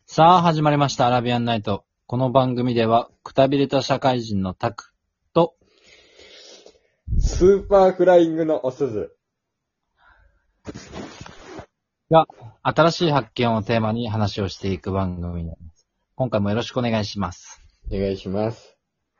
さあ始まりましたアラビアンナイト。この番組ではくたびれた社会人のタクとスーパーフライングのおすず。 が新しい発見をテーマに話をしていく番組になります。今回もよろしくお願いします。 お願いします。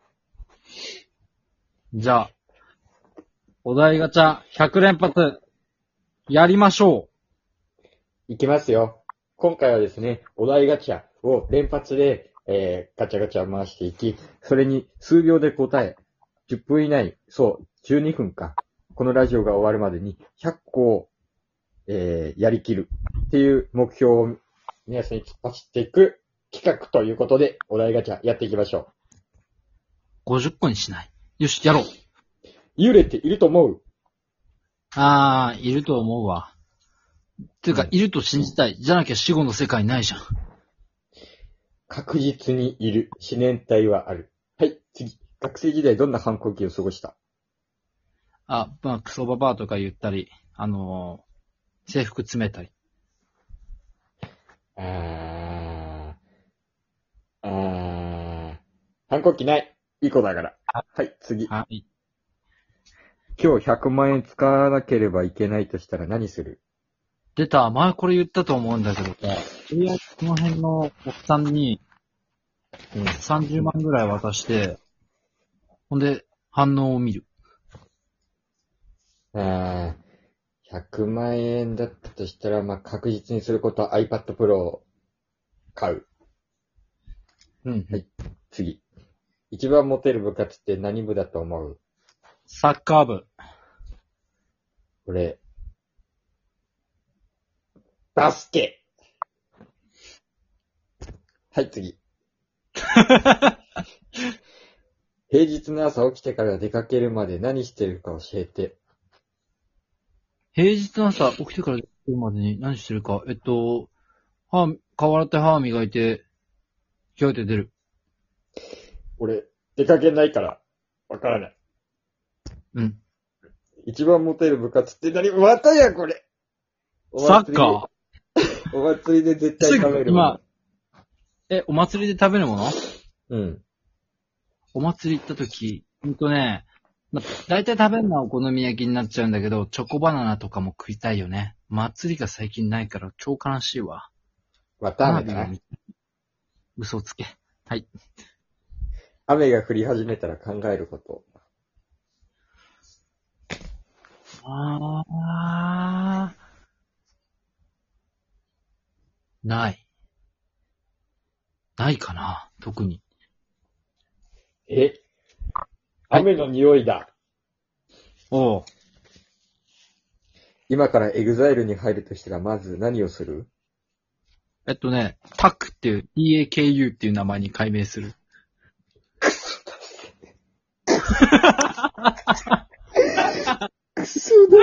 じゃあ、お題ガチャ100連発やりましょいきますよ。今回はですね、お題ガチャを連発で、ガチャガチャ回していき、それに数秒で答え、10分以内、そう、12分か。このラジオが終わるまでに100個を、やりきるっていう目標を皆さんに突っ走っていく企画ということで、お題ガチャやっていきましょう。50個にしない。よし、やろう。 幽霊っていると思う？ いると思うわ。ていうか、いると信じたい。じゃなきゃ死後の世界ないじゃん。 確実にいる。思念体はある。はい、次。学生時代どんな反抗期を過ごした？ クソババアとか言ったり、制服詰めたり。 反抗期ない。いい子だから。はい、次。 はい。 今日100万円使わなければいけないとしたら何する？ 出た。前これ言ったと思うんだけどさ、とりあえずこの辺のおっさんに30万ぐらい渡して、ほんで反応を見る。 100万円だったとしたら、まあ、確実にすることは iPad Pro を買う。はい、次。一番モテる部活って何部だと思う？ サッカー部。 これ、バスケ。はい、次。平日の朝起きてから出かけるまで何してるか教えて。 平日の朝起きてから出るまでに何してるか。顔洗って歯磨いて、着替えて出る。 俺、出かけないから、わからない。 うん。 一番モテる部活って何？またや、これ。 サッカお祭りで絶ー。すぐ、 対食べるもの。 今、お祭りで食べるもの？ うん。 お祭り行った時、大体食べるのはお好み焼きになっちゃうんだけど、チョコバナナとかも食いたいよね。祭りが最近ないから超悲しいわ。 また雨だな。 花火を見嘘つけ。はい。 雨が降り始めたら考えること。 ない。ないかな特に。はい雨の匂いだ。 おう。 今からエグザイルに入るとしたら、まず何をする？ タクっていう、TAKU っていう名前に改名する。 くそだ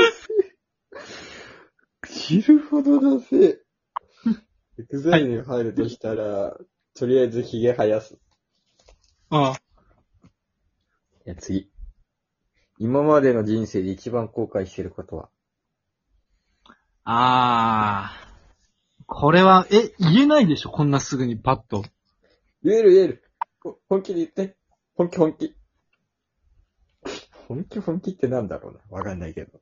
せ。知るほどだせ。エグザイルに入るとしたら、とりあえず髭生やす。 ああ。 いや、次。今までの人生で一番後悔してることは？ これは、言えないでしょこんなすぐにパッと。 言える言える。本気で言って。本気本気。本気本気ってなんだろうな。わかんないけど。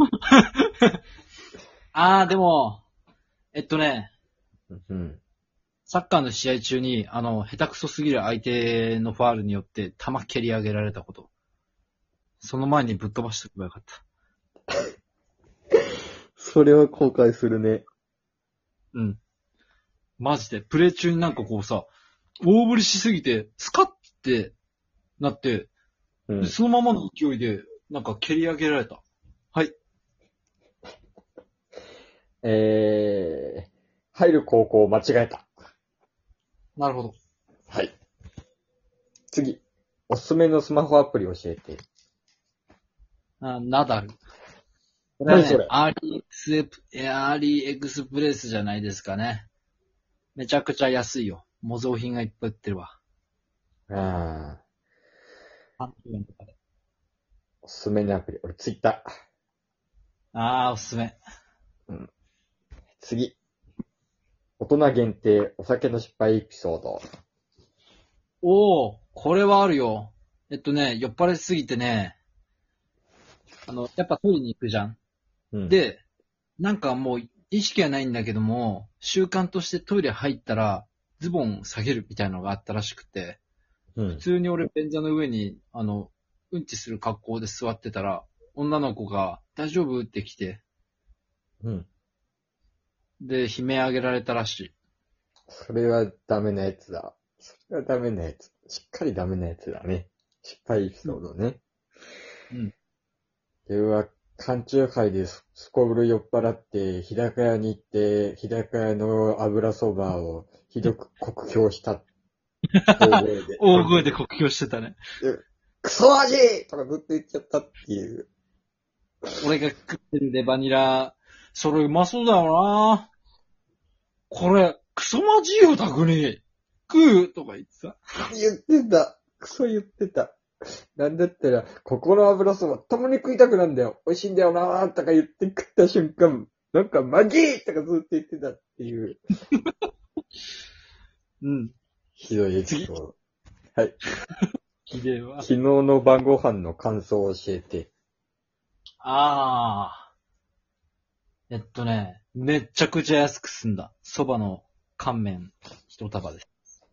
でも、 うん。 サッカーの試合中に、下手くそすぎる相手のファールによって球蹴り上げられたこと。その前にぶっ飛ばしておけばよかった。 それは後悔するね。 うん。マジで。プレー中になんかこうさ、大振りしすぎて、スカッってなって、 うん。 そのままの勢いで、なんか蹴り上げられた。はい。 入る高校を間違えた。 なるほど。 はい。次。おすすめのスマホアプリ教えて。 ナダル。これはね何それ？ アーリーエクスプレスじゃないですかね。めちゃくちゃ安いよ。模造品がいっぱい売ってるわ。 あ 30円とかで。 おすすめのアプリ。俺ツイッタおすすめ。 ー。次。大人限定お酒の失敗エピソード。 おー、これはあるよ。酔っ払いすぎてね、やっぱトイレに行くじゃん。 うん、 で、なんかもう意識はないんだけども、習慣としてトイレ入ったらズボン下げるみたいなのがあったらしくて、普うん、 通に俺便座の上に、うんちする格好で座ってたら、女の子が大丈夫って来て、 うん。 で、悲鳴上げられたらしい。 それはダメなやつだ。それはダメなやつ。しっかりダメなやつだね。失敗エピソードね。 うん。 では、缶中杯ですこぶる酔っ払って、日高屋に行って、日高屋の油そばをひどく酷評した。大声で。 大声で酷評してたね。 クソ味とかずっと言っちゃったっていう。 俺が食ってるレバニラ、それうまそうだよな。これ、クソマジよ、タクに。食うとか言ってた。 言ってた。クソ言ってた。なんだったら、ここの油そば、たまに食いたくなんだよ。美味しいんだよなーとか言って食った瞬間、なんかマギーとかずっと言ってたっていう。 うん。 ひどいエピソード。はい。 ひでえわ。 昨日の晩ご飯の感想を教えて。 めっちゃくちゃ安く済んだ。蕎麦の乾麺一束です。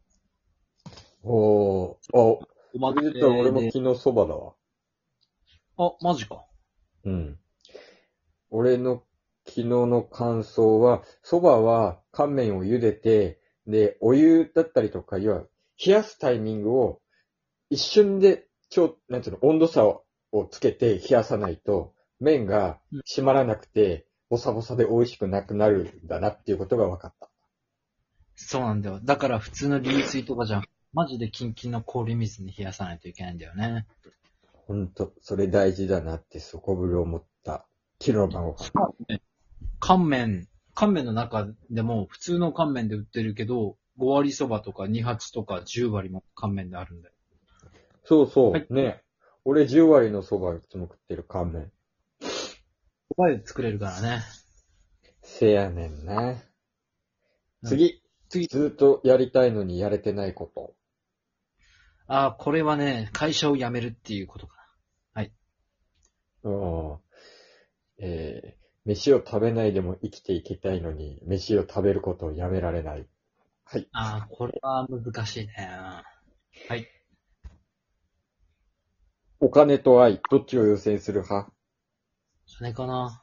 おー。 おそれで言ったら俺も昨日そばだわ。 あ、マジか。 うん。俺の昨日の感想は、そばは乾麺を茹でて、で、お湯だったりとか、要は、冷やすタイミングを一瞬で、なんていうの、温度差をつけて冷やさないと、麺が締まらなくて、ボサボサで美味しくなくなるんだなっていうことが分かった。 そうなんだよ。だから普通の流水とかじゃん。マジでキンキンの氷水に冷やさないといけないんだよね。 ほんと、それ大事だなってそこぶる思った。昨日の晩ご飯。 乾麺の中でも普通の乾麺で売ってるけど、5割そばとか2発とか10割も乾麺であるんだよ。 そうそう、 はい。 ね。俺10割のそばいつも食ってる乾麺。 そばで作れるからね。 せやねんな。 うん次。 次。 ずっとやりたいのにやれてないこと。 これはね、会社を辞めるっていうことかうん。飯を食べないでも生きていけたいのに、飯を食べることをやめられない。はい。 な。これは難しいね。はい。 お金と愛、どっちを優先する派？ それかな。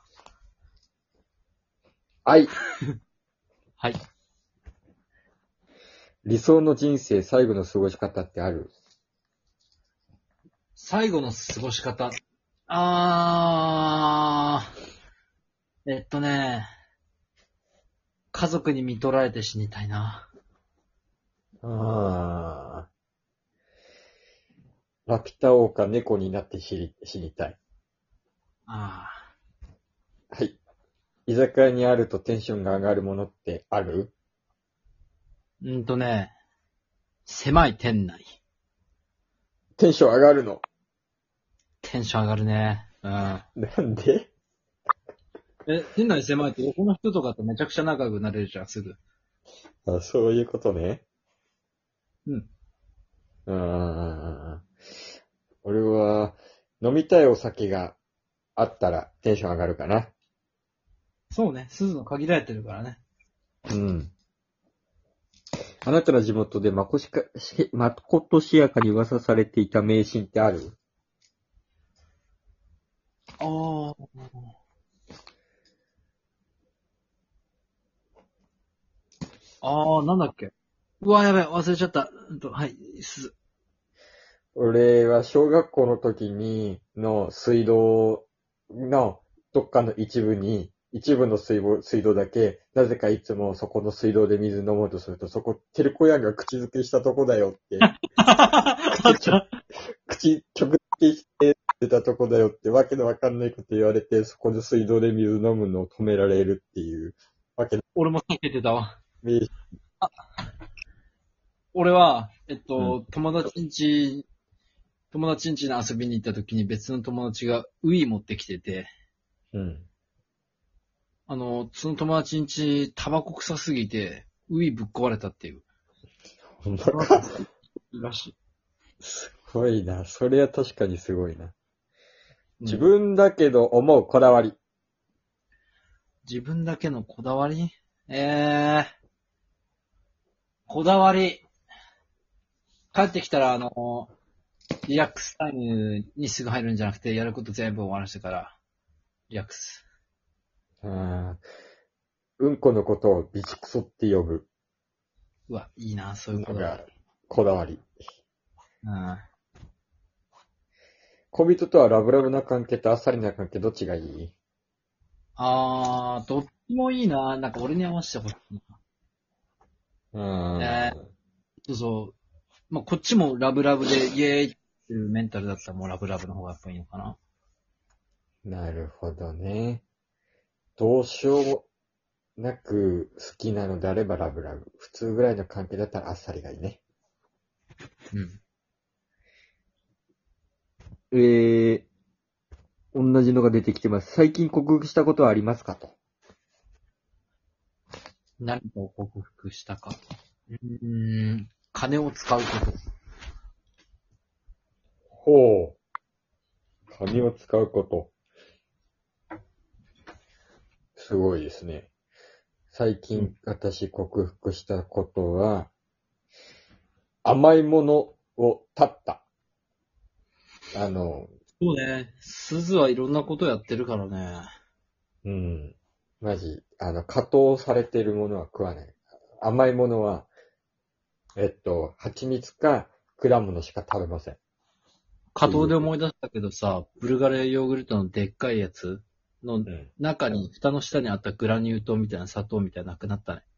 愛。 はい。 理想の人生最後の過ごし方ってある？ 最後の過ごし方。あ家族に見取られて死にたいな。 ああ。ラピュタ王か猫になって死にたい。 あはい。居酒屋にあるとテンションが上がるものってある？ 狭い店内。 テンション上がるの？ テンション上がるね。うん。 なんで？ 店内狭いと横の人とかとめちゃくちゃ仲良くなれるじゃん、すぐ。 あ、そういうことね。 うん。 俺は、飲みたいお酒があったらテンション上がるかな。 そうね、鈴の限られてるからね。 うん。あなたの地元でまことしやかに噂されていた迷信ってある？ なんだっけ。うわ、やべえ、忘れちゃった。はい、鈴。 俺は小学校の時の水道のどっかの一部の水道だけ、なぜかいつもそこの水道で水飲もうとすると、そこ、テルコヤンが口づけしたとこだよって、口直付けして出たとこだよってわけのわかんないこと言われて、そこで水道で水飲むのを止められるっていうわけの俺も避けてたわ。 迷信。 俺は、 うん友達ん家に遊びに行った時に別の友達がウィー持ってきてて、 うん。 その友達ん家タバコ臭すぎて、 ウィぶっ壊れたっていう。 ほんまか。 らしい。 すごいな。それは確かにすごいな。自うん分だけど思うこだわり。 自分だけのこだわりこだわり。帰ってきたら、リラックスタイムにすぐ入るんじゃなくて、やること全部終わらせてから、リラックス。 うんこのことをビチクソって呼ぶうわ、いいな、そういうこのがとだ。 こだわり。 うん。 恋人とはラブラブな関係とあっさりな関係どっちがいい？ どっちもいいな。なんか俺に合わせてほしいな。そうそう。まあ、こっちもラブラブでイエーイっていうメンタルだったらもうラブラブの方がやっぱいいのかな。 なるほどね。どうしようもなく好きなのであればラブラブ。普通ぐらいの関係だったらあっさりがいいね。 うん。 同じのが出てきてます。最近克服したことはありますかと。 何かを克服したか。金を使うこと。 ほう。金を使うこと。すごいですね。最近私克服したことは、甘いものを断った。 そうね。鈴はいろんなことやってるからね。 マジ、加糖されてるものは食わない。甘いものは、蜂蜜か果物しか食べません。 加藤で思い出したけどさ、ブルガリアヨーグルトのでっかいやつの中に、蓋の下にあったグラニュー糖みたいな砂糖みたいなのなくなったね。